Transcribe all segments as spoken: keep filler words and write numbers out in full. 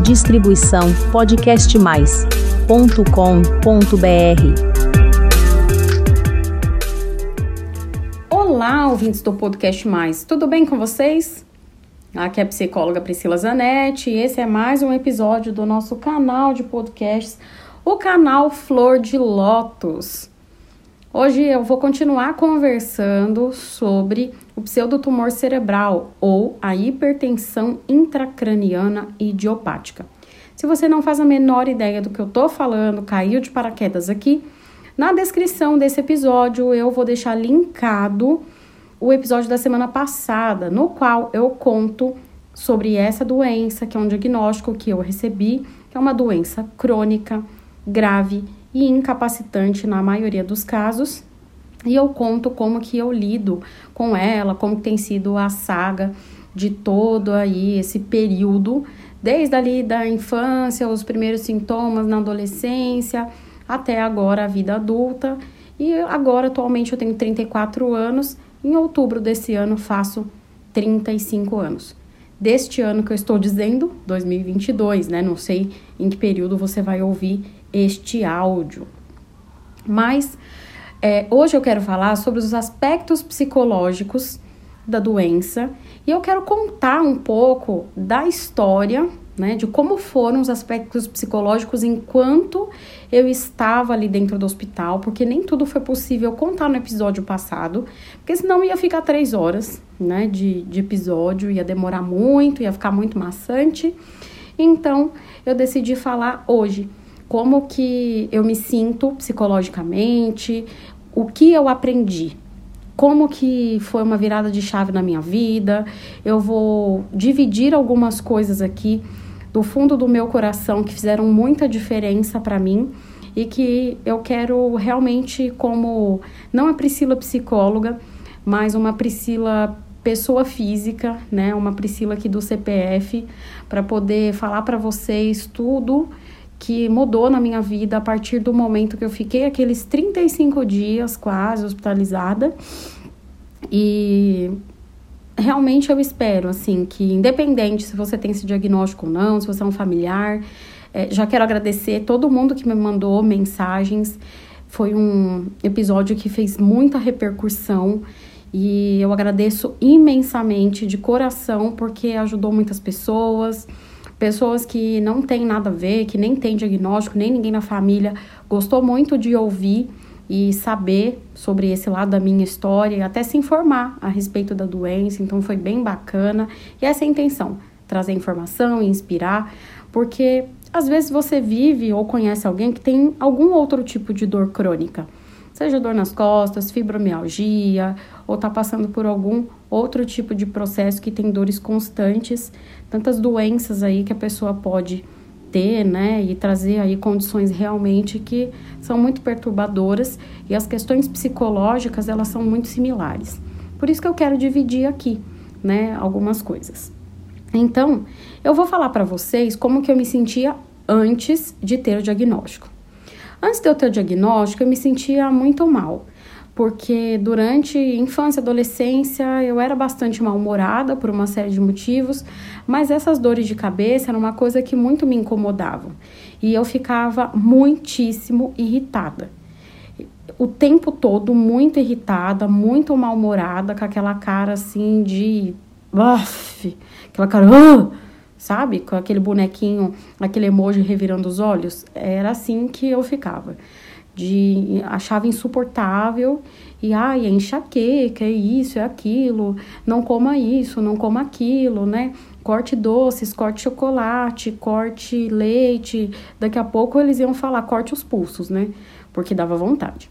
Distribuição podcast mais ponto com ponto br. Olá, ouvintes do Podcast Mais, tudo bem com vocês? Aqui é a psicóloga Priscila Zanetti e esse é mais um episódio do nosso canal de podcasts, o canal Flor de Lótus. Hoje eu vou continuar conversando sobre o pseudotumor cerebral ou a hipertensão intracraniana idiopática. Se você não faz a menor ideia do que eu tô falando, caiu de paraquedas aqui, na descrição desse episódio eu vou deixar linkado o episódio da semana passada, no qual eu conto sobre essa doença, que é um diagnóstico que eu recebi, que é uma doença crônica, grave e incapacitante na maioria dos casos, e eu conto como que eu lido com ela, como que tem sido a saga de todo aí esse período, desde ali da infância, os primeiros sintomas na adolescência, até agora a vida adulta, e agora atualmente eu tenho trinta e quatro anos, em outubro desse ano faço trinta e cinco anos. Deste ano que eu estou dizendo, dois mil e vinte e dois, né? Não sei em que período você vai ouvir este áudio. Mas é, hoje eu quero falar sobre os aspectos psicológicos da doença e eu quero contar um pouco da história, né, de como foram os aspectos psicológicos enquanto eu estava ali dentro do hospital, porque nem tudo foi possível contar no episódio passado, porque senão ia ficar três horas, né, de, de episódio, ia demorar muito, ia ficar muito maçante. Então, eu decidi falar hoje como que eu me sinto psicologicamente, o que eu aprendi, como que foi uma virada de chave na minha vida. Eu vou dividir algumas coisas aqui do fundo do meu coração que fizeram muita diferença para mim e que eu quero realmente, como não a Priscila psicóloga, mas uma Priscila pessoa física, né, uma Priscila aqui do C P F, para poder falar para vocês tudo que mudou na minha vida a partir do momento que eu fiquei aqueles trinta e cinco dias quase hospitalizada. E realmente eu espero, assim, que independente se você tem esse diagnóstico ou não, se você é um familiar, é, já quero agradecer todo mundo que me mandou mensagens. Foi um episódio que fez muita repercussão e eu agradeço imensamente de coração porque ajudou muitas pessoas. Pessoas que não têm nada a ver, que nem tem diagnóstico, nem ninguém na família gostou muito de ouvir e saber sobre esse lado da minha história e até se informar a respeito da doença. Então foi bem bacana e essa é a intenção, trazer informação e inspirar, porque às vezes você vive ou conhece alguém que tem algum outro tipo de dor crônica, seja dor nas costas, fibromialgia, ou está passando por algum outro tipo de processo que tem dores constantes, tantas doenças aí que a pessoa pode ter, né, e trazer aí condições realmente que são muito perturbadoras, e as questões psicológicas, elas são muito similares. Por isso que eu quero dividir aqui, né, algumas coisas. Então, eu vou falar para vocês como que eu me sentia antes de ter o diagnóstico. Antes de eu ter o diagnóstico, eu me sentia muito mal, porque durante infância e adolescência eu era bastante mal-humorada por uma série de motivos, mas essas dores de cabeça eram uma coisa que muito me incomodavam e eu ficava muitíssimo irritada. O tempo todo muito irritada, muito mal-humorada, com aquela cara assim de... Uf, aquela cara... Uh, sabe? Com aquele bonequinho, aquele emoji revirando os olhos. Era assim que eu ficava. De, achava insuportável e ai, é enxaqueca, é isso, é aquilo, não coma isso, não coma aquilo, né? Corte doces, corte chocolate, corte leite. Daqui a pouco eles iam falar corte os pulsos, né? Porque dava vontade.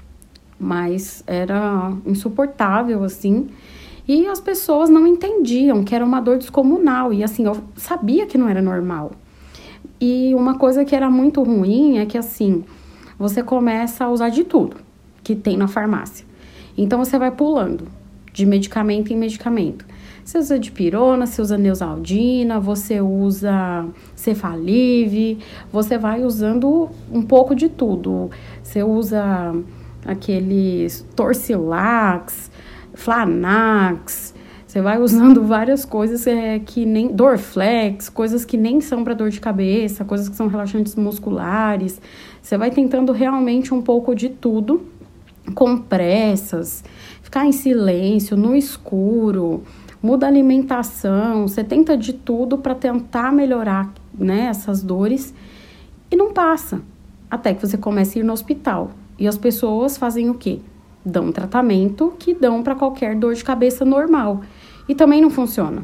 Mas era insuportável, assim. E as pessoas não entendiam que era uma dor descomunal. E assim, eu sabia que não era normal. E uma coisa que era muito ruim é que assim, você começa a usar de tudo que tem na farmácia. Então, você vai pulando de medicamento em medicamento. Você usa dipirona, você usa neosaldina, você usa Cefalive, você vai usando um pouco de tudo. Você usa aqueles Torcilax, Flanax, Você vai usando várias coisas é, que nem... Dorflex, coisas que nem são para dor de cabeça, coisas que são relaxantes musculares. Você vai tentando realmente um pouco de tudo, compressas, ficar em silêncio, no escuro, muda a alimentação. Você tenta de tudo para tentar melhorar, né, essas dores e não passa. Até que você comece a ir no hospital. E as pessoas fazem o quê? Dão um tratamento que dão para qualquer dor de cabeça normal. E também não funciona.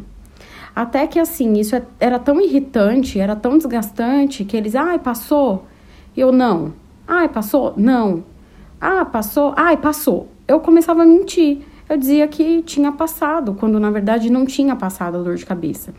Até que assim, isso era tão irritante, era tão desgastante, que eles, ai, passou? Eu, não. Ai, passou? Não. Ah, passou? Ai, passou. Eu começava a mentir. Eu dizia que tinha passado, quando na verdade não tinha passado a dor de cabeça.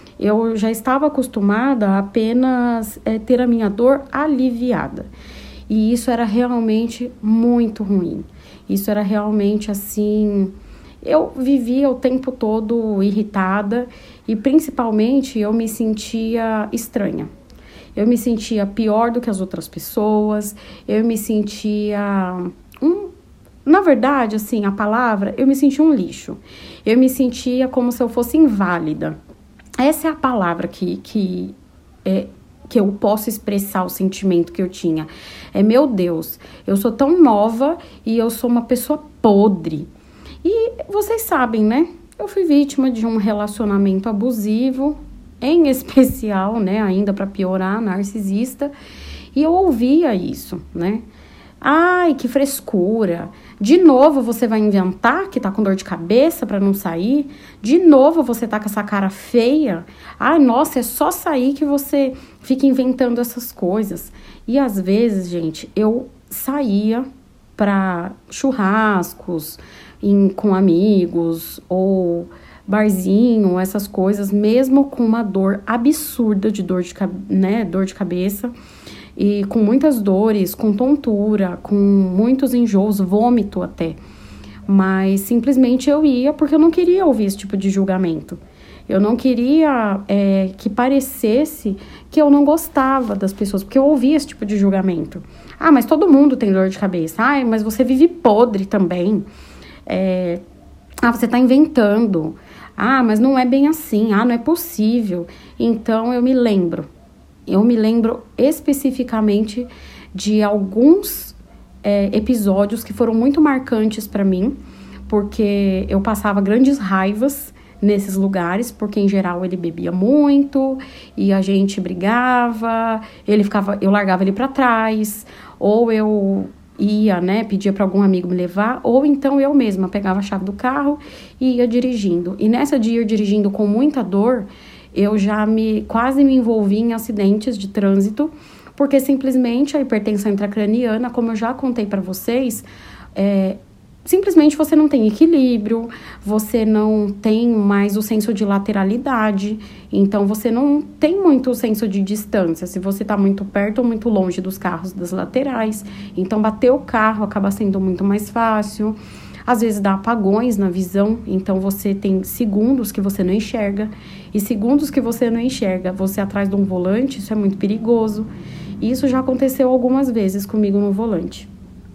Eu já estava acostumada a apenas é, ter a minha dor aliviada. E isso era realmente muito ruim. Isso era realmente assim... Eu vivia o tempo todo irritada e principalmente eu me sentia estranha. Eu me sentia pior do que as outras pessoas, eu me sentia... Um, na verdade, assim, a palavra, eu me sentia um lixo. Eu me sentia como se eu fosse inválida. Essa é a palavra que, que, é, que eu posso expressar o sentimento que eu tinha. É, meu Deus, eu sou tão nova e eu sou uma pessoa podre. E vocês sabem, né? Eu fui vítima de um relacionamento abusivo, em especial, né? Ainda para piorar, narcisista. E eu ouvia isso, né? Ai, que frescura. De novo você vai inventar que tá com dor de cabeça para não sair? De novo você tá com essa cara feia? Ai, nossa, é só sair que você fica inventando essas coisas. E às vezes, gente, eu saía para churrascos em, com amigos ou barzinho, essas coisas, mesmo com uma dor absurda de dor de, né, dor de cabeça. E com muitas dores, com tontura, com muitos enjoos, vômito até. Mas simplesmente eu ia porque eu não queria ouvir esse tipo de julgamento. Eu não queria é, que parecesse que eu não gostava das pessoas, porque eu ouvia esse tipo de julgamento. Ah, mas todo mundo tem dor de cabeça. Ah, mas você vive podre também. É, ah, você tá inventando. Ah, mas não é bem assim. Ah, não é possível. Então eu me lembro. Eu me lembro especificamente de alguns é, episódios que foram muito marcantes para mim, porque eu passava grandes raivas nesses lugares, porque em geral ele bebia muito e a gente brigava, ele ficava, eu largava ele para trás, ou eu ia, né, pedia para algum amigo me levar, ou então eu mesma pegava a chave do carro e ia dirigindo. E nessa de ir dirigindo com muita dor, eu já me, quase me envolvi em acidentes de trânsito, porque simplesmente a hipertensão intracraniana, como eu já contei para vocês, é, simplesmente você não tem equilíbrio, você não tem mais o senso de lateralidade, então você não tem muito o senso de distância, se você está muito perto ou muito longe dos carros das laterais, então bater o carro acaba sendo muito mais fácil. Às vezes dá apagões na visão, então você tem segundos que você não enxerga. E segundos que você não enxerga, você atrás de um volante, isso é muito perigoso. E isso já aconteceu algumas vezes comigo no volante.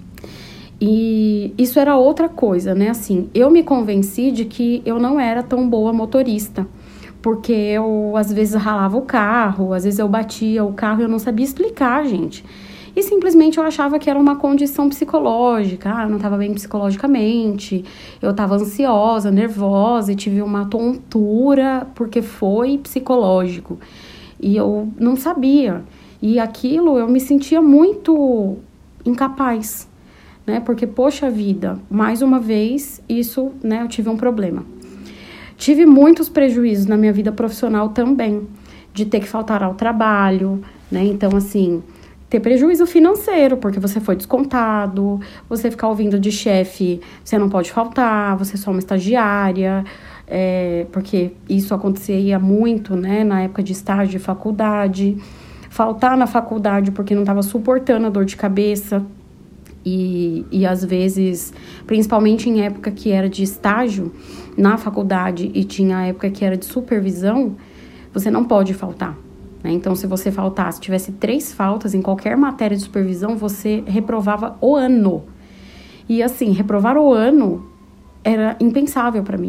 E isso era outra coisa, né? Assim, eu me convenci de que eu não era tão boa motorista. Porque eu, às vezes, ralava o carro, às vezes eu batia o carro e eu não sabia explicar, gente. E simplesmente eu achava que era uma condição psicológica, ah, eu não estava bem psicologicamente, eu estava ansiosa, nervosa e tive uma tontura porque foi psicológico. E eu não sabia. E aquilo eu me sentia muito incapaz, né? Porque, poxa vida, mais uma vez, isso, né, eu tive um problema. Tive muitos prejuízos na minha vida profissional também, de ter que faltar ao trabalho, né? Então, assim... ter prejuízo financeiro, porque você foi descontado, você ficar ouvindo de chefe, você não pode faltar, você é só uma estagiária, é, porque isso acontecia muito, né, na época de estágio de faculdade, faltar na faculdade porque não estava suportando a dor de cabeça, e, e às vezes, principalmente em época que era de estágio na faculdade e tinha a época que era de supervisão, você não pode faltar. Então, se você faltasse, tivesse três faltas em qualquer matéria de supervisão, você reprovava o ano. E assim, reprovar o ano era impensável para mim.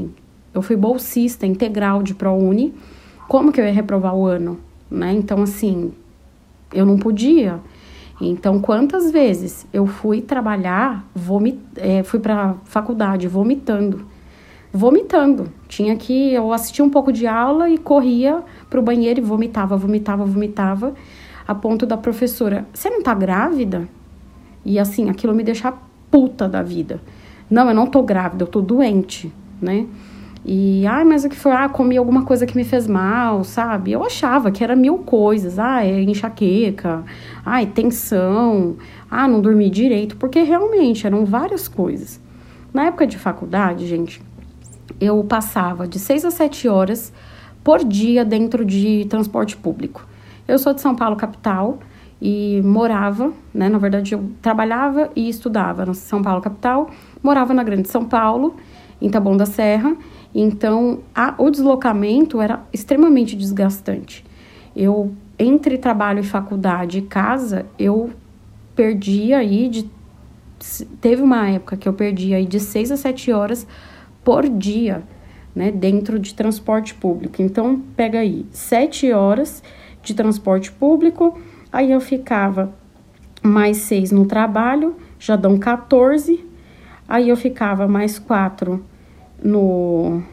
eu fui bolsista integral de ProUni, como que eu ia reprovar o ano, né? Então, assim, eu não podia. Então, quantas vezes eu fui trabalhar, vomit, é, fui pra faculdade vomitando, vomitando. Tinha que, eu assistia um pouco de aula e corria pro banheiro e vomitava, vomitava, vomitava, a ponto da professora, você não tá grávida? E assim, aquilo me deixa puta da vida. Não, eu não tô grávida, eu tô doente, né? E, ai, mas o que foi? Ah, comi alguma coisa que me fez mal, sabe? Eu achava que era mil coisas. Ah, é enxaqueca, ai, tensão, ah, não dormi direito, porque realmente eram várias coisas. Na época de faculdade, gente, eu passava de seis a sete horas por dia dentro de transporte público. Eu sou de São Paulo, capital, e morava, né, na verdade eu trabalhava e estudava na São Paulo, capital, morava na Grande São Paulo, em Taboão da Serra. Então, a, o deslocamento era extremamente desgastante. Eu, entre trabalho e faculdade e casa, eu perdia aí de... Teve uma época que eu perdia aí de seis a sete horas por dia, né, dentro de transporte público. Então, pega aí, sete horas de transporte público, aí eu ficava mais seis no trabalho, já dão quatorze, aí eu ficava mais quatro no,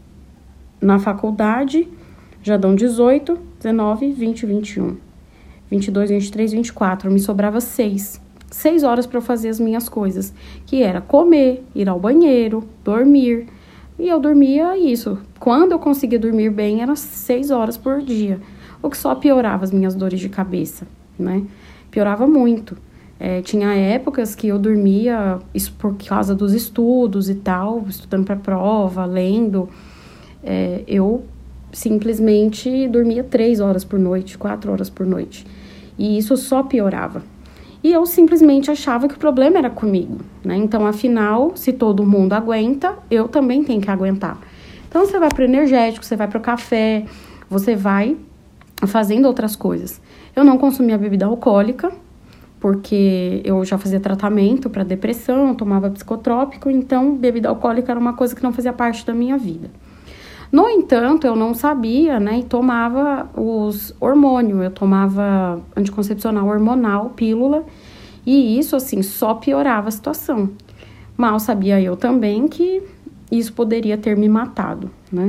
na faculdade, já dão dezoito, dezenove, vinte, vinte e um, vinte e dois, vinte e três, vinte e quatro, me sobrava seis. Seis horas para eu fazer as minhas coisas, que era comer, ir ao banheiro, dormir. E eu dormia isso. Quando eu conseguia dormir bem, era seis horas por dia. O que só piorava as minhas dores de cabeça, né? Piorava muito. É, tinha épocas que eu dormia, isso por causa dos estudos e tal, estudando para prova, lendo. É, eu simplesmente dormia três horas por noite, quatro horas por noite. E isso só piorava. E eu simplesmente achava que o problema era comigo, né? Então, afinal, se todo mundo aguenta, eu também tenho que aguentar. Então, você vai para o energético, você vai para o café, você vai fazendo outras coisas. Eu não consumia bebida alcoólica, porque eu já fazia tratamento para depressão, tomava psicotrópico, então bebida alcoólica era uma coisa que não fazia parte da minha vida. No entanto, eu não sabia, né, e tomava os hormônios, eu tomava anticoncepcional hormonal, pílula, e isso, assim, só piorava a situação. Mal sabia eu também que isso poderia ter me matado, né?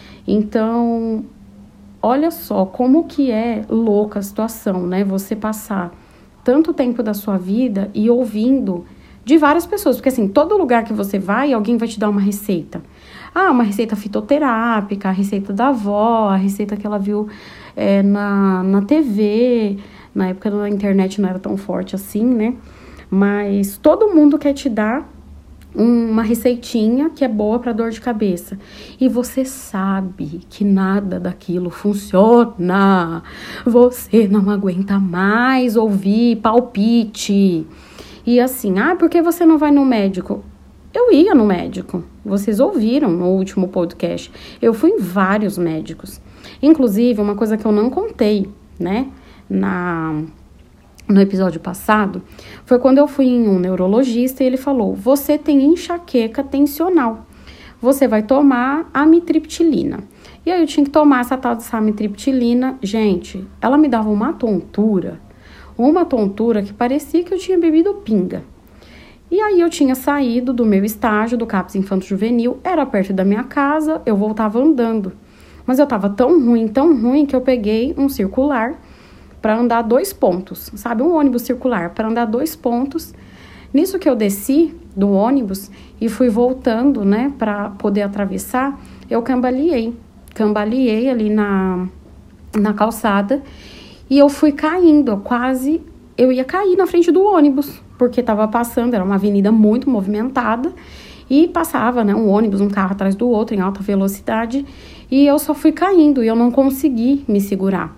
Então, olha só como que é louca a situação, né? Você passar tanto tempo da sua vida e ouvindo de várias pessoas, porque assim, todo lugar que você vai, alguém vai te dar uma receita. Ah, uma receita fitoterápica, a receita da avó, a receita que ela viu é, na, na T V, na época a internet não era tão forte assim, né? Mas todo mundo quer te dar uma receitinha que é boa para dor de cabeça. E você sabe que nada daquilo funciona. Você não aguenta mais ouvir palpite. E assim, ah, por que você não vai no médico? Eu ia no médico. Vocês ouviram no último podcast. Eu fui em vários médicos. Inclusive, uma coisa que eu não contei, né, na... no episódio passado, foi quando eu fui em um neurologista e ele falou, você tem enxaqueca tensional, você vai tomar amitriptilina. E aí eu tinha que tomar essa tal de amitriptilina. Gente, ela me dava uma tontura, uma tontura que parecia que eu tinha bebido pinga. E aí eu tinha saído do meu estágio do CAPS Infanto Juvenil, era perto da minha casa, eu voltava andando. Mas eu tava tão ruim, tão ruim, que eu peguei um circular para andar dois pontos, sabe? Um ônibus circular, para andar dois pontos. Nisso que eu desci do ônibus e fui voltando, né, para poder atravessar, eu cambaleei. Cambaleei ali na, na calçada e eu fui caindo, eu quase... Eu ia cair na frente do ônibus, porque estava passando, era uma avenida muito movimentada, e passava, né, um ônibus, um carro atrás do outro, em alta velocidade, e eu só fui caindo, e eu não consegui me segurar.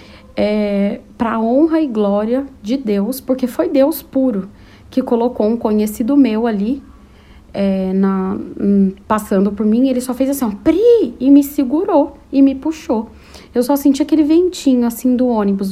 É, para honra e glória de Deus, porque foi Deus puro que colocou um conhecido meu ali, é, na, passando por mim, ele só fez assim, ó, Pri, e me segurou, e me puxou. Eu só senti aquele ventinho, assim, do ônibus,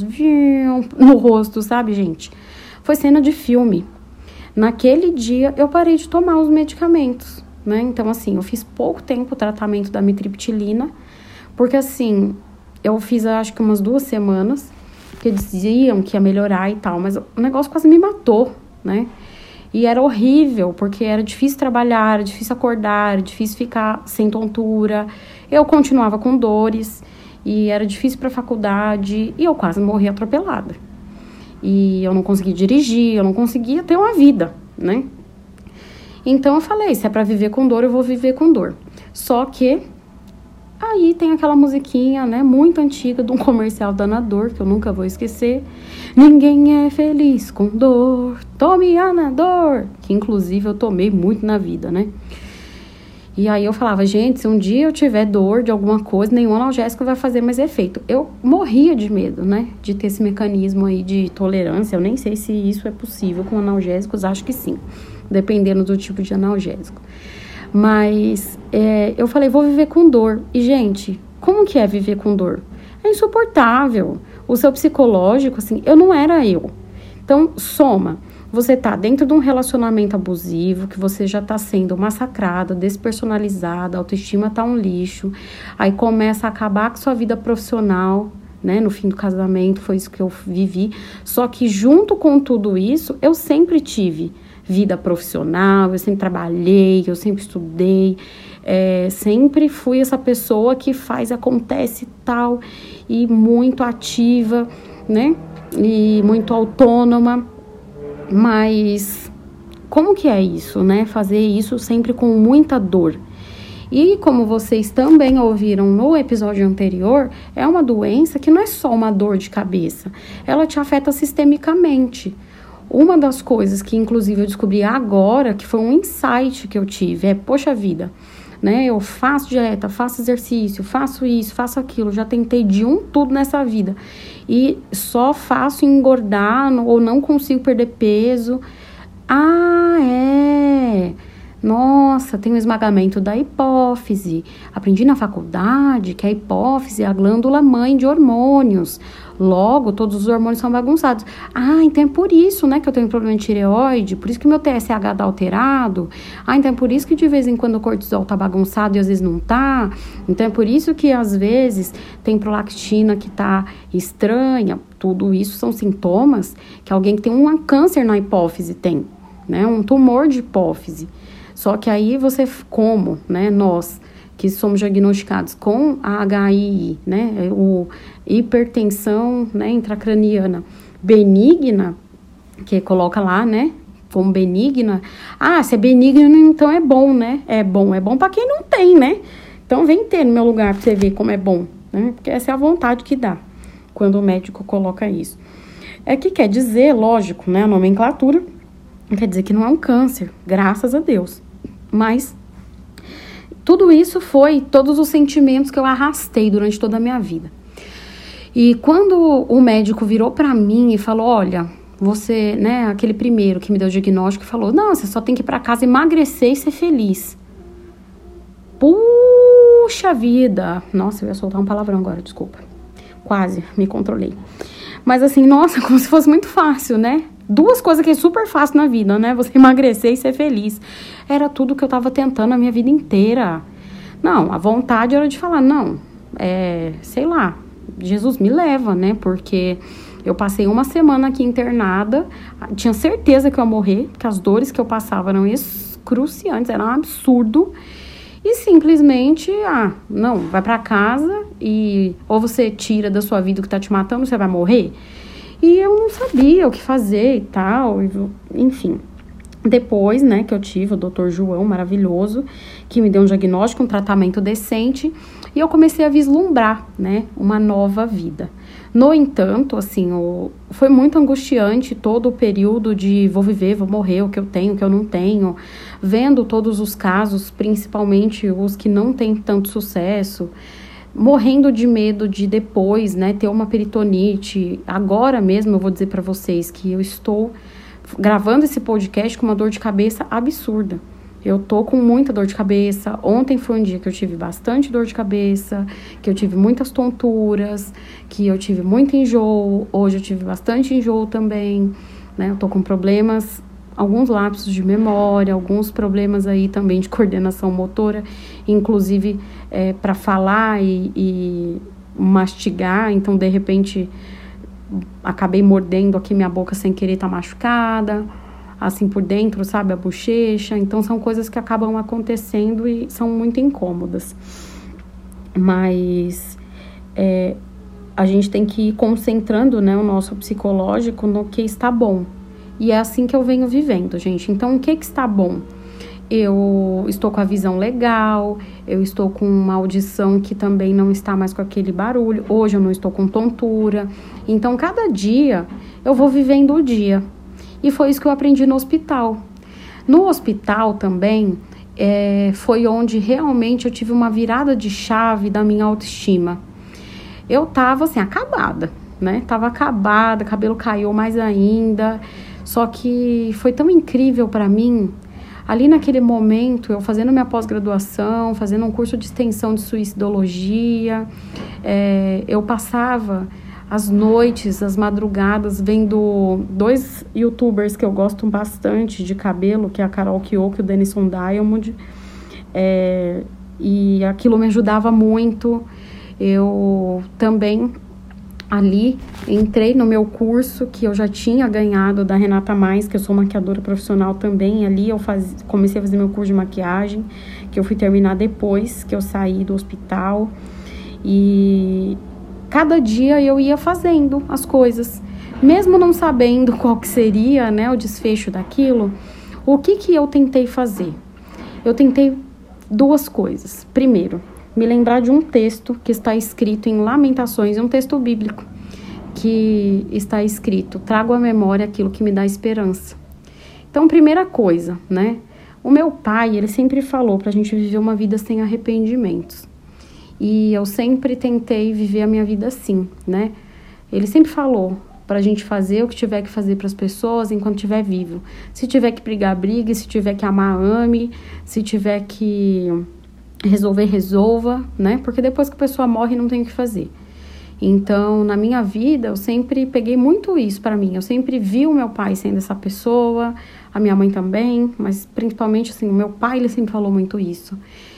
no rosto, sabe, gente? Foi cena de filme. Naquele dia, eu parei de tomar os medicamentos. né? Então, assim, eu fiz pouco tempo o tratamento da amitriptilina, porque, assim, eu fiz, acho que umas duas semanas, que diziam que ia melhorar e tal, mas o negócio quase me matou, né? E era horrível, porque era difícil trabalhar, era difícil acordar, era difícil ficar sem tontura. Eu continuava com dores, e era difícil para a faculdade, e eu quase morri atropelada. E eu não conseguia dirigir, eu não conseguia ter uma vida, né? Então eu falei, se é para viver com dor, eu vou viver com dor. Só que aí tem aquela musiquinha, né, muito antiga de um comercial da Anador, que eu nunca vou esquecer. Ninguém é feliz com dor, tome Anador, que inclusive eu tomei muito na vida, né? E aí eu falava, gente, se um dia eu tiver dor de alguma coisa, nenhum analgésico vai fazer mais efeito. Eu morria de medo, né, de ter esse mecanismo aí de tolerância. Eu nem sei se isso é possível com analgésicos, acho que sim, dependendo do tipo de analgésico. Mas é, eu falei, vou viver com dor. E, gente, como que é viver com dor? É insuportável. O seu psicológico, assim, eu não era eu. Então, soma. Você tá dentro de um relacionamento abusivo, que você já tá sendo massacrada, despersonalizada, a autoestima tá um lixo. Aí começa a acabar com sua vida profissional, né? No fim do casamento, foi isso que eu vivi. Só que junto com tudo isso, eu sempre tive vida profissional, eu sempre trabalhei, eu sempre estudei, é, sempre fui essa pessoa que faz, acontece tal, e muito ativa, né, e muito autônoma, mas como que é isso, né, fazer isso sempre com muita dor? E como vocês também ouviram no episódio anterior, é uma doença que não é só uma dor de cabeça, ela te afeta sistemicamente. Uma das coisas que, inclusive, eu descobri agora, que foi um insight que eu tive, é, poxa vida, né, eu faço dieta, faço exercício, faço isso, faço aquilo, já tentei de um tudo nessa vida, e só faço engordar, ou não consigo perder peso. Ah, é... Nossa, tem o esmagamento da hipófise. Aprendi na faculdade que a hipófise é a glândula mãe de hormônios. Logo, todos os hormônios são bagunçados. Ah, então é por isso, né, que eu tenho problema de tireoide, por isso que meu T S H tá alterado. Ah, então é por isso que de vez em quando o cortisol tá bagunçado e às vezes não tá. Então é por isso que às vezes tem prolactina que tá estranha. Tudo isso são sintomas que alguém que tem um câncer na hipófise tem, né, um tumor de hipófise. Só que aí você, como, né, nós que somos diagnosticados com a H I I, né, o hipertensão, né, intracraniana benigna, que coloca lá, né, como benigna. Ah, se é benigno, então é bom, né? É bom, é bom para quem não tem, né? Então vem ter no meu lugar para você ver como é bom, né? Porque essa é a vontade que dá quando o médico coloca isso. É que quer dizer, lógico, né, a nomenclatura quer dizer que não é um câncer, graças a Deus. Mas tudo isso foi todos os sentimentos que eu arrastei durante toda a minha vida. E quando o médico virou pra mim e falou, olha, você, né, aquele primeiro que me deu o diagnóstico, falou, não, você só tem que ir pra casa emagrecer e ser feliz. Puxa vida! Nossa, eu ia soltar um palavrão agora, desculpa. Quase, me controlei. Mas assim, nossa, como se fosse muito fácil, né? Duas coisas que é super fácil na vida, né? Você emagrecer e ser feliz. Era tudo que eu tava tentando a minha vida inteira. Não, a vontade era de falar, não, é, sei lá, Jesus me leva, né? Porque eu passei uma semana aqui internada, tinha certeza que eu ia morrer, porque as dores que eu passava eram excruciantes, era um absurdo. E simplesmente, ah, não, vai pra casa e ou você tira da sua vida o que tá te matando, você vai morrer. E eu não sabia o que fazer e tal, enfim. Depois, né, que eu tive o doutor João, maravilhoso, que me deu um diagnóstico, um tratamento decente, e eu comecei a vislumbrar, né, uma nova vida. No entanto, assim, o, foi muito angustiante todo o período de vou viver, vou morrer, o que eu tenho, o que eu não tenho, vendo todos os casos, principalmente os que não têm tanto sucesso, morrendo de medo de depois, né, ter uma peritonite. Agora mesmo eu vou dizer para vocês que eu estou gravando esse podcast com uma dor de cabeça absurda. Eu tô com muita dor de cabeça. Ontem foi um dia que eu tive bastante dor de cabeça, que eu tive muitas tonturas, que eu tive muito enjoo. Hoje eu tive bastante enjoo também, né? Eu tô com problemas alguns lapsos de memória, alguns problemas aí também de coordenação motora, inclusive é, para falar e, e mastigar. Então, de repente, acabei mordendo aqui minha boca sem querer, tá machucada, assim por dentro, sabe, a bochecha. Então, são coisas que acabam acontecendo e são muito incômodas. Mas é, a gente tem que ir concentrando, né, o nosso psicológico no que está bom. E é assim que eu venho vivendo, gente. Então, o que que está bom? Eu estou com a visão legal, eu estou com uma audição que também não está mais com aquele barulho. Hoje eu não estou com tontura. Então, cada dia eu vou vivendo o dia. E foi isso que eu aprendi no hospital. No hospital também, é, foi onde realmente eu tive uma virada de chave da minha autoestima. Eu tava assim, acabada, né? Tava acabada, cabelo caiu mais ainda. Só que foi tão incrível para mim, ali naquele momento, eu fazendo minha pós-graduação, fazendo um curso de extensão de suicidologia, é, eu passava as noites, as madrugadas, vendo dois youtubers que eu gosto bastante de cabelo, que é a Carol Kiyoko e o Denison Diamond, é, e aquilo me ajudava muito. Eu também ali entrei no meu curso que eu já tinha ganhado da Renata Mais, que eu sou maquiadora profissional também. Ali eu faz, comecei a fazer meu curso de maquiagem, que eu fui terminar depois que eu saí do hospital. E cada dia eu ia fazendo as coisas, mesmo não sabendo qual que seria, né, o desfecho daquilo. O que que eu tentei fazer? Eu tentei duas coisas. Primeiro, me lembrar de um texto que está escrito em Lamentações, um texto bíblico, que está escrito: trago à memória aquilo que me dá esperança. Então, primeira coisa, né? O meu pai, ele sempre falou pra gente viver uma vida sem arrependimentos. E eu sempre tentei viver a minha vida assim, né? Ele sempre falou pra gente fazer o que tiver que fazer pras pessoas enquanto estiver vivo. Se tiver que brigar, brigue. Se tiver que amar, ame. Se tiver que resolver, resolva, né? Porque depois que a pessoa morre, não tem o que fazer. Então, na minha vida, eu sempre peguei muito isso pra mim. Eu sempre vi o meu pai sendo essa pessoa, a minha mãe também, mas principalmente, assim, o meu pai, ele sempre falou muito isso.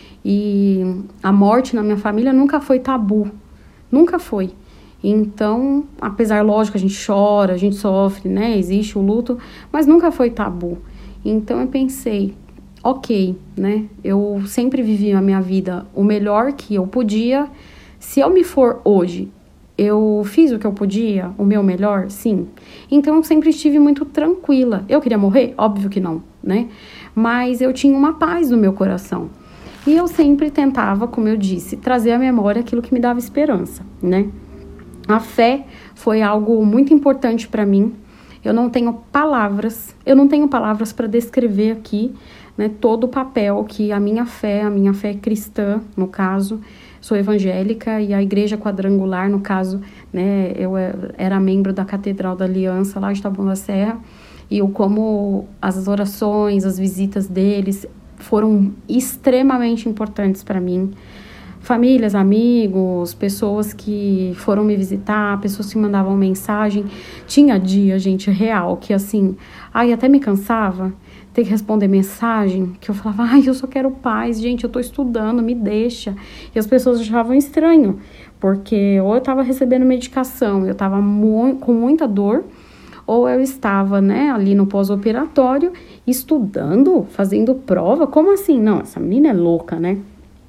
E a morte na minha família nunca foi tabu. Nunca foi. Então, apesar, lógico, a gente chora, a gente sofre, né? Existe o luto, mas nunca foi tabu. Então, eu pensei, ok, né? Eu sempre vivi a minha vida o melhor que eu podia. Se eu me for hoje, eu fiz o que eu podia, o meu melhor? Sim. Então, eu sempre estive muito tranquila. Eu queria morrer? Óbvio que não, né? Mas eu tinha uma paz no meu coração. E eu sempre tentava, como eu disse, trazer à memória aquilo que me dava esperança, né? A fé foi algo muito importante para mim. Eu não tenho palavras, eu não tenho palavras para descrever aqui, né, todo o papel que a minha fé, a minha fé cristã, no caso, sou evangélica, e a Igreja Quadrangular, no caso, né, eu era membro da Catedral da Aliança, lá de Taboão da Serra, e eu, como as orações, as visitas deles foram extremamente importantes para mim. Famílias, amigos, pessoas que foram me visitar, pessoas que mandavam mensagem. Tinha dia, gente, real, que assim, ai, até me cansava ter que responder mensagem, que eu falava, ai, eu só quero paz, gente, eu tô estudando, me deixa. E as pessoas achavam estranho, porque ou eu tava recebendo medicação, eu tava mu- com muita dor, ou eu estava, né, ali no pós-operatório, estudando, fazendo prova. Como assim? Não, essa menina é louca, né?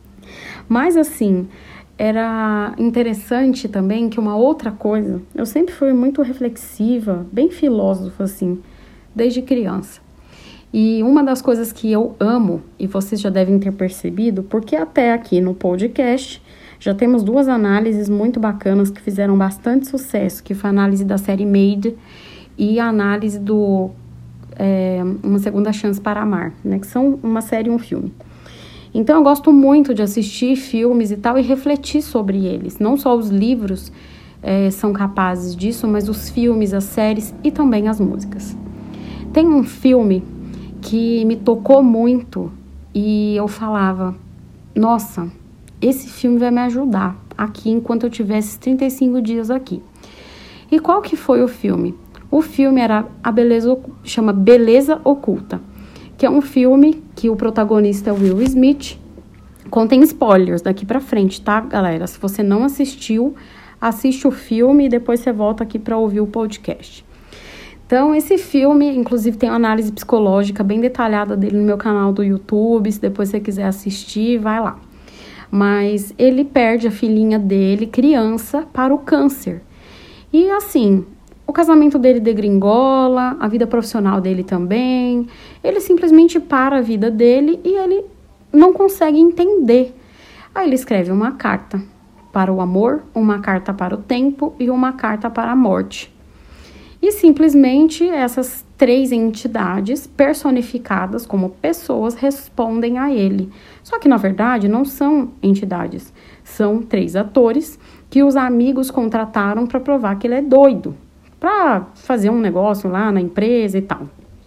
Mas, assim, era interessante também que uma outra coisa, eu sempre fui muito reflexiva, bem filósofa, assim, desde criança. E uma das coisas que eu amo, e vocês já devem ter percebido, porque até aqui no podcast já temos duas análises muito bacanas que fizeram bastante sucesso, que foi a análise da série Made e a análise do é, Uma Segunda Chance para Amar, né, que são uma série e um filme. Então, eu gosto muito de assistir filmes e tal e refletir sobre eles. Não só os livros é, são capazes disso, mas os filmes, as séries e também as músicas. Tem um filme que me tocou muito e eu falava, nossa, esse filme vai me ajudar aqui enquanto eu tiver esses trinta e cinco dias aqui. E qual que foi o filme? O filme era a Beleza, chama Beleza Oculta, que é um filme que o protagonista é o Will Smith. Contém spoilers daqui pra frente, tá, galera? Se você não assistiu, assiste o filme e depois você volta aqui pra ouvir o podcast. Então, esse filme, inclusive, tem uma análise psicológica bem detalhada dele no meu canal do YouTube. Se depois você quiser assistir, vai lá. Mas ele perde a filhinha dele, criança, para o câncer. E, assim, o casamento dele degringola, a vida profissional dele também. Ele simplesmente para a vida dele e ele não consegue entender. Aí ele escreve uma carta para o amor, uma carta para o tempo e uma carta para a morte. E simplesmente essas três entidades personificadas como pessoas respondem a ele. Só que na verdade não são entidades, são três atores que os amigos contrataram para provar que ele é doido, para fazer um negócio lá na empresa e tal.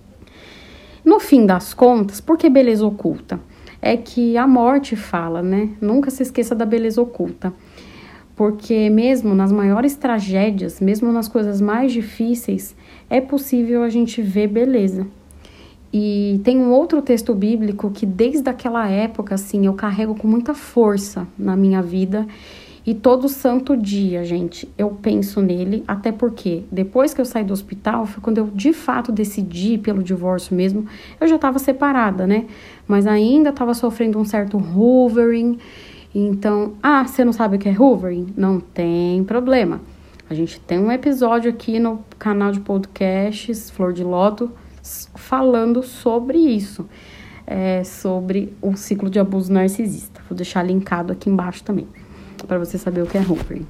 No fim das contas, por que beleza oculta? É que a morte fala, né? Nunca se esqueça da beleza oculta. Porque mesmo nas maiores tragédias, mesmo nas coisas mais difíceis, é possível a gente ver beleza. E tem um outro texto bíblico que desde aquela época, assim, eu carrego com muita força na minha vida. E todo santo dia, gente, eu penso nele, até porque depois que eu saí do hospital, foi quando eu de fato decidi pelo divórcio mesmo. Eu já estava separada, né? Mas ainda estava sofrendo um certo hoovering. Então, ah, você não sabe o que é hoovering? Não tem problema. A gente tem um episódio aqui no canal de podcasts, Flor de Lótus, falando sobre isso. É, sobre o ciclo de abuso narcisista. Vou deixar linkado aqui embaixo também, para você saber o que é hoovering.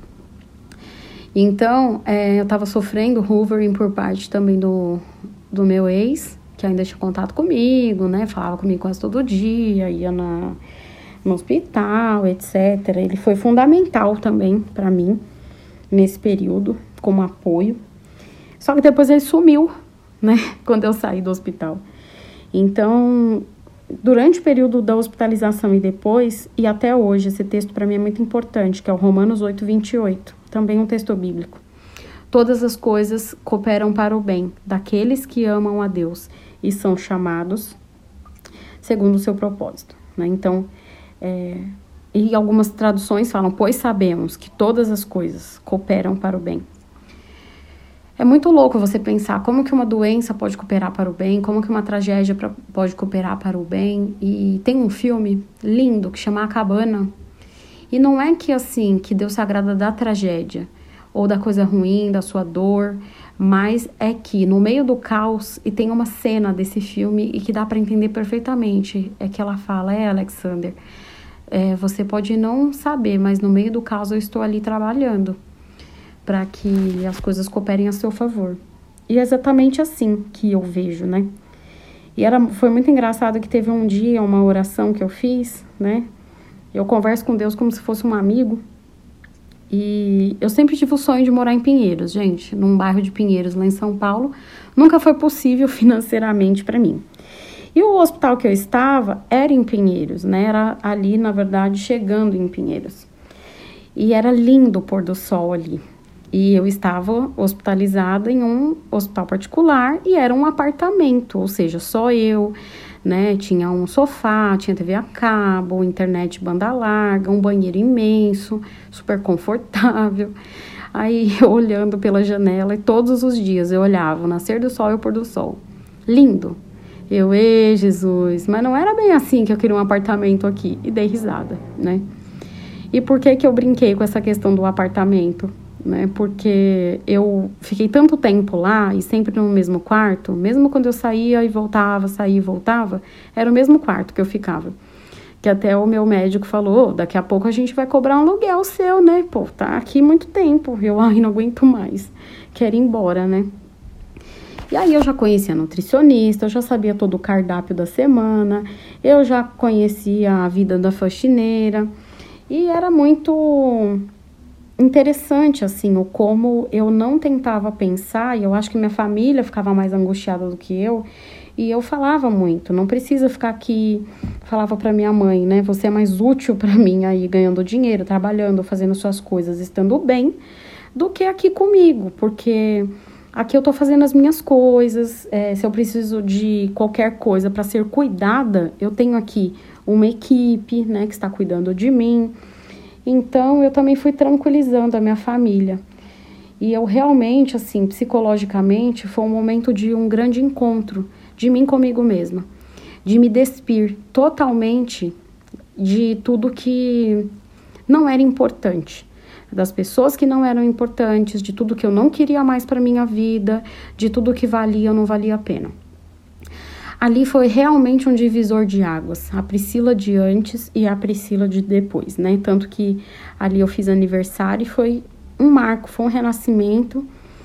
Então, é, eu tava sofrendo hoovering por parte também do, do meu ex, que ainda tinha contato comigo, né? Falava comigo quase todo dia, ia na, no hospital, etcétera. Ele foi fundamental também para mim, nesse período, como apoio. Só que depois ele sumiu, né? Quando eu saí do hospital. Então, durante o período da hospitalização e depois, e até hoje, esse texto para mim é muito importante, que é o Romanos oito, vinte e oito, também um texto bíblico. Todas as coisas cooperam para o bem daqueles que amam a Deus e são chamados segundo o seu propósito, né? Então, é, e algumas traduções falam, pois sabemos que todas as coisas cooperam para o bem. É muito louco você pensar como que uma doença pode cooperar para o bem, como que uma tragédia pra, pode cooperar para o bem. E tem um filme lindo que chama A Cabana. E não é que assim, que Deus se agrada da tragédia, ou da coisa ruim, da sua dor, mas é que no meio do caos, e tem uma cena desse filme e que dá para entender perfeitamente, é que ela fala, é Alexander, é, você pode não saber, mas no meio do caos eu estou ali trabalhando para que as coisas cooperem a seu favor. E é exatamente assim que eu vejo, né? E era, foi muito engraçado que teve um dia, uma oração que eu fiz, né? Eu converso com Deus como se fosse um amigo. E eu sempre tive o sonho de morar em Pinheiros, gente, num bairro de Pinheiros, lá em São Paulo. Nunca foi possível financeiramente para mim. E o hospital que eu estava era em Pinheiros, né? Era ali, na verdade, chegando em Pinheiros. E era lindo o pôr do sol ali. E eu estava hospitalizada em um hospital particular e era um apartamento, ou seja, só eu, né? Tinha um sofá, tinha T V a cabo, internet banda larga, um banheiro imenso, super confortável. Aí eu olhando pela janela e todos os dias eu olhava o nascer do sol e o pôr do sol. Lindo. Eu, ei, Jesus, mas não era bem assim que eu queria um apartamento aqui. E dei risada, né? E por que que eu brinquei com essa questão do apartamento? Né, porque eu fiquei tanto tempo lá e sempre no mesmo quarto, mesmo quando eu saía e voltava, saía e voltava, era o mesmo quarto que eu ficava. Que até o meu médico falou, oh, daqui a pouco a gente vai cobrar um aluguel seu, né? Pô, tá aqui muito tempo. Eu, ai, não aguento mais. Quero ir embora, né? E aí eu já conhecia a nutricionista, eu já sabia todo o cardápio da semana, eu já conhecia a vida da faxineira e era muito interessante, assim, o como eu não tentava pensar, e eu acho que minha família ficava mais angustiada do que eu, e eu falava muito, não precisa ficar aqui, falava pra minha mãe, né, você é mais útil pra mim aí, ganhando dinheiro, trabalhando, fazendo suas coisas, estando bem, do que aqui comigo, porque aqui eu tô fazendo as minhas coisas, é, se eu preciso de qualquer coisa para ser cuidada, eu tenho aqui uma equipe, né, que está cuidando de mim. Então, eu também fui tranquilizando a minha família. E eu realmente, assim, psicologicamente, foi um momento de um grande encontro de mim comigo mesma, de me despir totalmente de tudo que não era importante, das pessoas que não eram importantes, de tudo que eu não queria mais para minha vida, de tudo que valia ou não valia a pena. Ali foi realmente um divisor de águas, a Priscila de antes e a Priscila de depois, né? Tanto que ali eu fiz aniversário e foi um marco, foi um renascimento,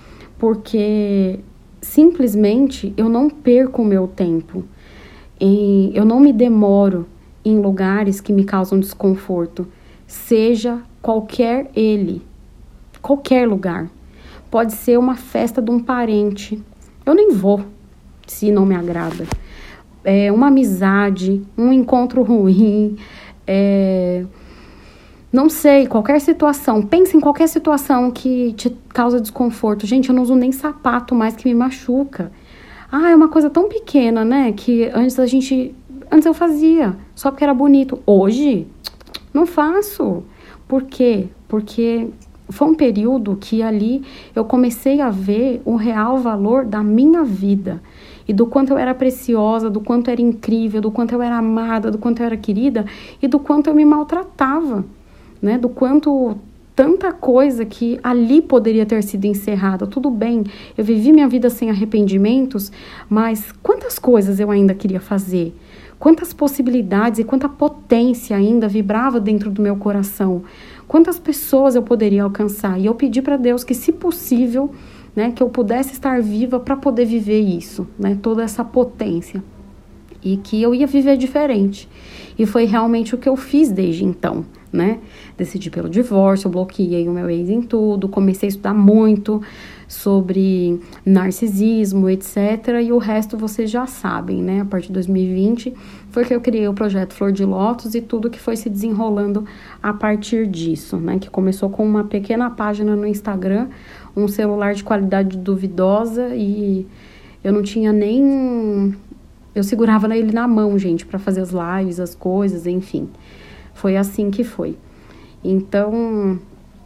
porque simplesmente eu não perco o meu tempo, e eu não me demoro em lugares que me causam desconforto, seja qualquer ele, qualquer lugar. Pode ser uma festa de um parente, eu nem vou se não me agrada. É uma amizade, um encontro ruim, é, não sei, qualquer situação. Pense em qualquer situação que te causa desconforto. Gente, eu não uso nem sapato mais que me machuca. Ah, é uma coisa tão pequena, né? Que antes a gente... Antes eu fazia, só porque era bonito. Hoje, não faço. Por quê? Porque foi um período que ali eu comecei a ver o real valor da minha vida. E do quanto eu era preciosa, do quanto era incrível, do quanto eu era amada, do quanto eu era querida e do quanto eu me maltratava. Né, do quanto tanta coisa que ali poderia ter sido encerrada. Tudo bem, eu vivi minha vida sem arrependimentos, mas quantas coisas eu ainda queria fazer? Quantas possibilidades e quanta potência ainda vibrava dentro do meu coração? Quantas pessoas eu poderia alcançar? E eu pedi para Deus que, se possível, né, que eu pudesse estar viva para poder viver isso, né, toda essa potência. E que eu ia viver diferente. E foi realmente o que eu fiz desde então, né? Decidi pelo divórcio, eu bloqueei o meu ex em tudo, comecei a estudar muito sobre narcisismo, etcétera. E o resto vocês já sabem, né? A partir de dois mil e vinte foi que eu criei o projeto Flor de Lótus e tudo que foi se desenrolando a partir disso, né? Que começou com uma pequena página no Instagram, um celular de qualidade duvidosa e eu não tinha nem... Eu segurava ele na mão, gente, para fazer as lives, as coisas, enfim. Foi assim que foi. Então,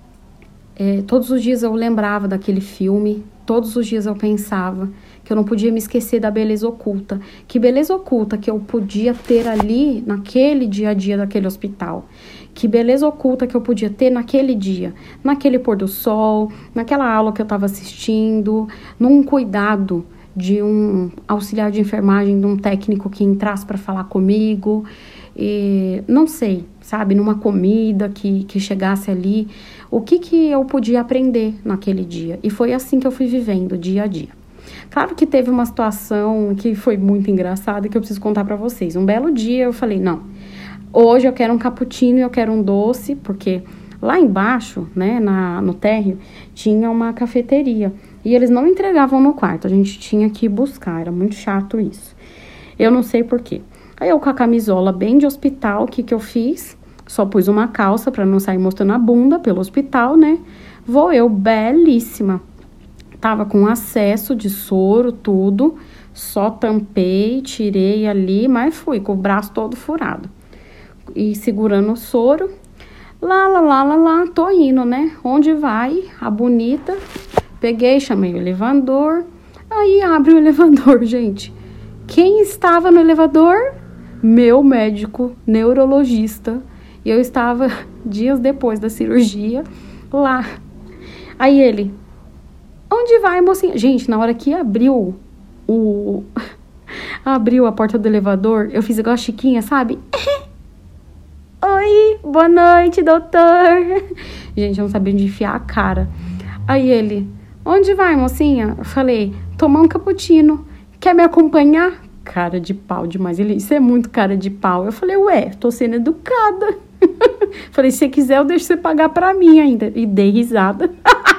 é, todos os dias eu lembrava daquele filme, todos os dias eu pensava que eu não podia me esquecer da beleza oculta. Que beleza oculta que eu podia ter ali, naquele dia a dia daquele hospital. Que beleza oculta que eu podia ter naquele dia, naquele pôr do sol, naquela aula que eu estava assistindo, num cuidado de um auxiliar de enfermagem, de um técnico que entrasse para falar comigo, e, não sei, sabe, numa comida que, que chegasse ali, o que, que eu podia aprender naquele dia. E foi assim que eu fui vivendo, dia a dia. Claro que teve uma situação que foi muito engraçada que eu preciso contar para vocês. Um belo dia eu falei, não, hoje eu quero um cappuccino e eu quero um doce, porque lá embaixo, né, na, no térreo, tinha uma cafeteria. E eles não entregavam no quarto, a gente tinha que ir buscar, era muito chato isso. Eu não sei porquê. Aí eu com a camisola bem de hospital, o que que eu fiz? Só pus uma calça pra não sair mostrando a bunda pelo hospital, né? Vou eu, belíssima. Tava com acesso de soro, tudo. Só tampei, tirei ali, mas fui com o braço todo furado. E segurando o soro. Lá, lá, lá, lá, lá, tô indo, né? Onde vai a bonita... Peguei, chamei o elevador, aí abre o elevador, gente. Quem estava no elevador? Meu médico neurologista. E eu estava, dias depois da cirurgia, lá. Aí ele, onde vai, mocinha? Gente, na hora que abriu o... abriu a porta do elevador, eu fiz igual a Chiquinha, sabe? Oi, boa noite, doutor. Gente, eu não sabia onde enfiar a cara. Aí ele... Onde vai, mocinha? Eu falei, tomar um cappuccino. Quer me acompanhar? Cara de pau demais. Ele, isso é muito cara de pau. Eu falei, ué, tô sendo educada. Falei, se você quiser, eu deixo você pagar pra mim ainda. E dei risada.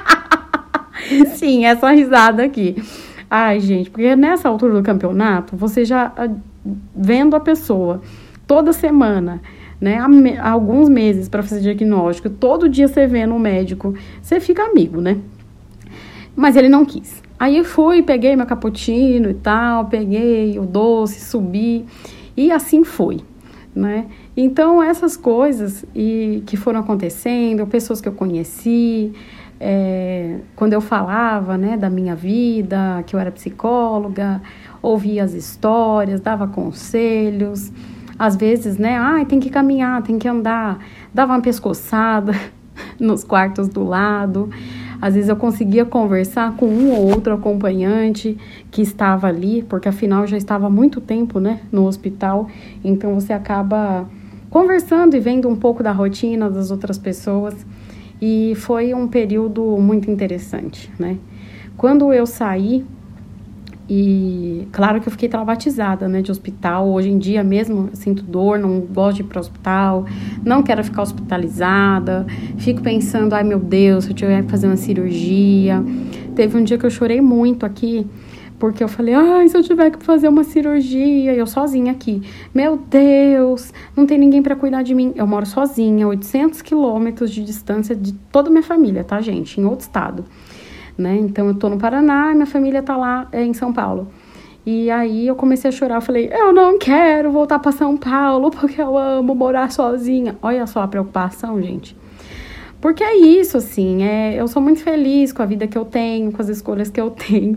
Sim, essa risada aqui. Ai, gente, porque nessa altura do campeonato, você já vendo a pessoa toda semana, né, há, há alguns meses pra fazer diagnóstico, todo dia você vendo um médico, você fica amigo, né? Mas ele não quis. Aí eu fui, peguei meu cappuccino e tal, peguei o doce, subi, e assim foi, né? Então, essas coisas e, que foram acontecendo, pessoas que eu conheci, é, quando eu falava, né, da minha vida, que eu era psicóloga, ouvia as histórias, dava conselhos, às vezes, né, ah, tem que caminhar, tem que andar, dava uma pescoçada nos quartos do lado. Às vezes eu conseguia conversar com um ou outro acompanhante que estava ali, porque afinal já estava há muito tempo, né, no hospital, então você acaba conversando e vendo um pouco da rotina das outras pessoas, e foi um período muito interessante, né. Quando eu saí, e claro que eu fiquei traumatizada, né, de hospital. Hoje em dia mesmo eu sinto dor, não gosto de ir para o hospital, não quero ficar hospitalizada, fico pensando, ai meu Deus, se eu tiver que fazer uma cirurgia. Teve um dia que eu chorei muito aqui, porque eu falei, ai, se eu tiver que fazer uma cirurgia, eu sozinha aqui, meu Deus, não tem ninguém para cuidar de mim. Eu moro sozinha, oitocentos quilômetros de distância de toda a minha família, tá, gente, em outro estado. Né? Então, eu tô no Paraná e minha família tá lá é, em São Paulo. E aí, eu comecei a chorar. Eu falei, eu não quero voltar para São Paulo, porque eu amo morar sozinha. Olha só a preocupação, gente. Porque é isso, assim, é, eu sou muito feliz com a vida que eu tenho, com as escolhas que eu tenho.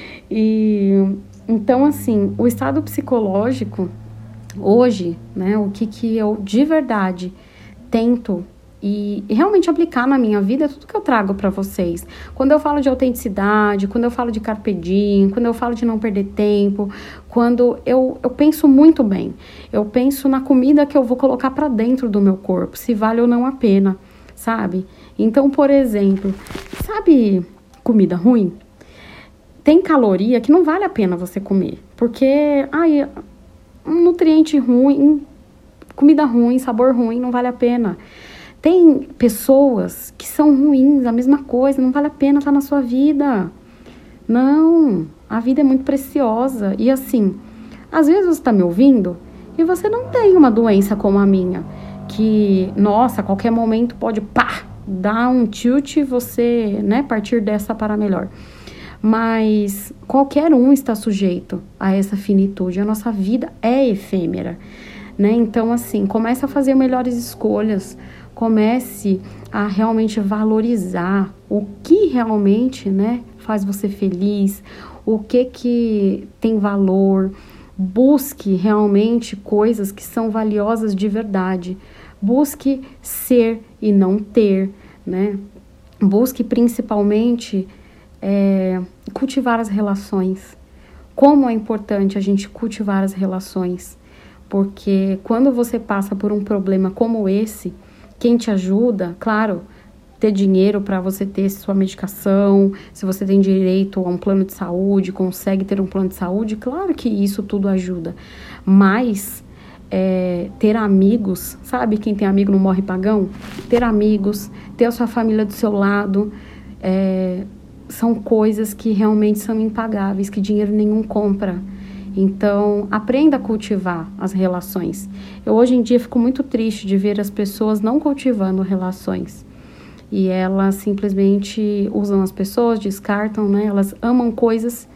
E, então, assim, o estado psicológico, hoje, né, o que, que eu de verdade tento e realmente aplicar na minha vida é tudo que eu trago para vocês. Quando eu falo de autenticidade, quando eu falo de carpe diem, quando eu falo de não perder tempo, quando eu, eu penso muito bem. Eu penso na comida que eu vou colocar para dentro do meu corpo, se vale ou não a pena, sabe? Então, por exemplo, sabe comida ruim? Tem caloria que não vale a pena você comer, porque ai, um nutriente ruim, comida ruim, sabor ruim, não vale a pena. Tem pessoas que são ruins, a mesma coisa, não vale a pena estar na sua vida. Não, a vida é muito preciosa. E assim, às vezes você está me ouvindo e você não tem uma doença como a minha, que, nossa, a qualquer momento pode, pá, dar um tilt e você, né, partir dessa para melhor. Mas qualquer um está sujeito a essa finitude. A nossa vida é efêmera, né? Então, assim, comece a fazer melhores escolhas. Comece a realmente valorizar o que realmente, né, faz você feliz, o que que tem valor. Busque realmente coisas que são valiosas de verdade. Busque ser e não ter, né? Busque principalmente é, cultivar as relações. Como é importante a gente cultivar as relações, porque quando você passa por um problema como esse, quem te ajuda, claro, ter dinheiro para você ter sua medicação, se você tem direito a um plano de saúde, consegue ter um plano de saúde, claro que isso tudo ajuda. Mas é, ter amigos, sabe quem tem amigo não morre pagão? Ter amigos, ter a sua família do seu lado, é, são coisas que realmente são impagáveis, que dinheiro nenhum compra. Então, aprenda a cultivar as relações. Eu, hoje em dia, fico muito triste de ver as pessoas não cultivando relações. E elas simplesmente usam as pessoas, descartam, né? Elas amam coisas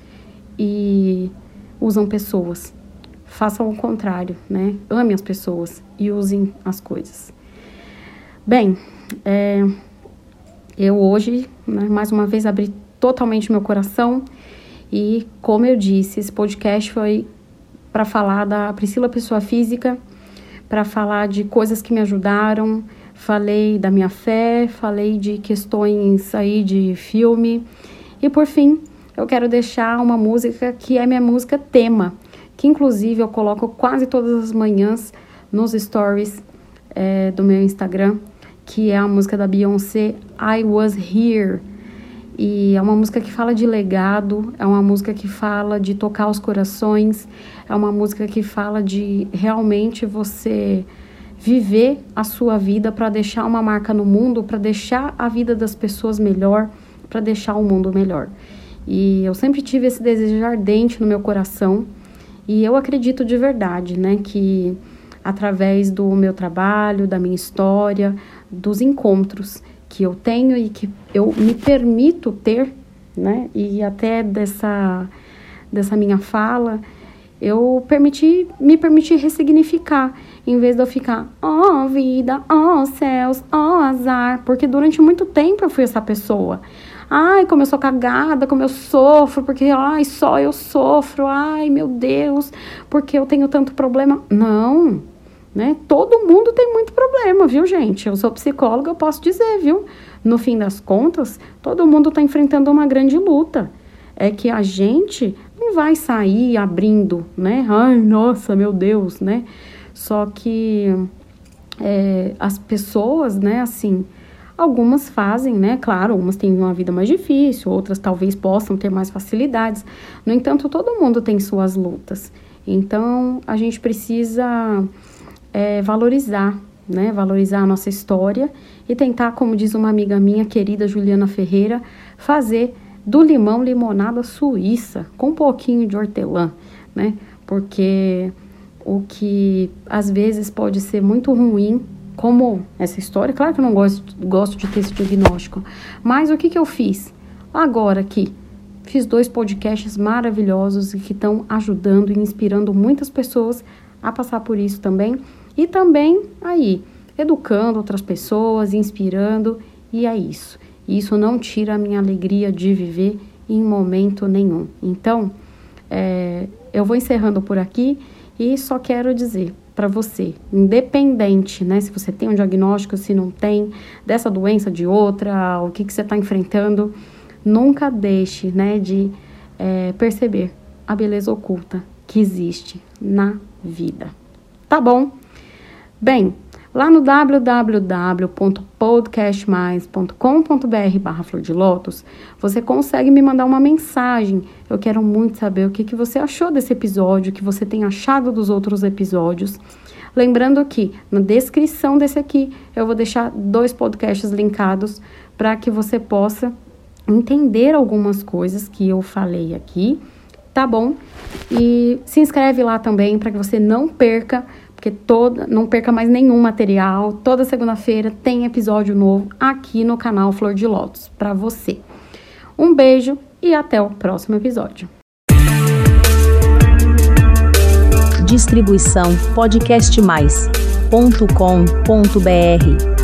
e usam pessoas. Façam o contrário, né? Amem as pessoas e usem as coisas. Bem, é, eu hoje, né, mais uma vez, abri totalmente meu coração. E, como eu disse, esse podcast foi para falar da Priscila Pessoa Física, para falar de coisas que me ajudaram, falei da minha fé, falei de questões aí de filme. E, por fim, eu quero deixar uma música que é minha música tema, que, inclusive, eu coloco quase todas as manhãs nos stories é, do meu Instagram, que é a música da Beyoncé, I Was Here. E é uma música que fala de legado, é uma música que fala de tocar os corações, é uma música que fala de realmente você viver a sua vida para deixar uma marca no mundo, para deixar a vida das pessoas melhor, para deixar o mundo melhor. E eu sempre tive esse desejo ardente no meu coração, e eu acredito de verdade, né, que através do meu trabalho, da minha história, dos encontros que eu tenho e que eu me permito ter, né? E até dessa, dessa minha fala, eu permiti, me permiti ressignificar, em vez de eu ficar, ó oh, vida, ó oh, céus, ó oh, azar, porque durante muito tempo eu fui essa pessoa. Ai, como eu sou cagada, como eu sofro, porque, ai, só eu sofro, ai, meu Deus, porque eu tenho tanto problema. Não, né? Todo mundo tem muito problema, viu, gente? Eu sou psicóloga, eu posso dizer, viu? No fim das contas, todo mundo está enfrentando uma grande luta. É que a gente não vai sair abrindo, né? Ai, nossa, meu Deus, né? Só que é, as pessoas, né, assim... Algumas fazem, né? Claro, umas têm uma vida mais difícil, outras talvez possam ter mais facilidades. No entanto, todo mundo tem suas lutas. Então, a gente precisa é, valorizar, né? Valorizar a nossa história e tentar, como diz uma amiga minha, querida Juliana Ferreira, fazer do limão limonada suíça, com um pouquinho de hortelã, né? Porque o que às vezes pode ser muito ruim, como essa história, claro que eu não gosto, gosto de ter esse diagnóstico, mas o que, que eu fiz? Agora aqui, fiz dois podcasts maravilhosos e que estão ajudando e inspirando muitas pessoas a passar por isso também, e também aí, educando outras pessoas, inspirando, e é isso. Isso não tira a minha alegria de viver em momento nenhum. Então, é, eu vou encerrando por aqui e só quero dizer para você, independente, né, se você tem um diagnóstico, se não tem, dessa doença, de outra, o que, que você está enfrentando, nunca deixe, né, de é, perceber a beleza oculta que existe na vida. Tá bom? Bem, lá no w w w ponto podcast mais ponto com ponto b r barra flor de lótus, você consegue me mandar uma mensagem. Eu quero muito saber o que, que você achou desse episódio, o que você tem achado dos outros episódios. Lembrando que na descrição desse aqui, eu vou deixar dois podcasts linkados para que você possa entender algumas coisas que eu falei aqui, tá bom? E se inscreve lá também para que você não perca, porque toda, não perca mais nenhum material. Toda segunda-feira tem episódio novo aqui no canal Flor de Lótus para você. Um beijo e até o próximo episódio. Distribuição podcast mais ponto com ponto b r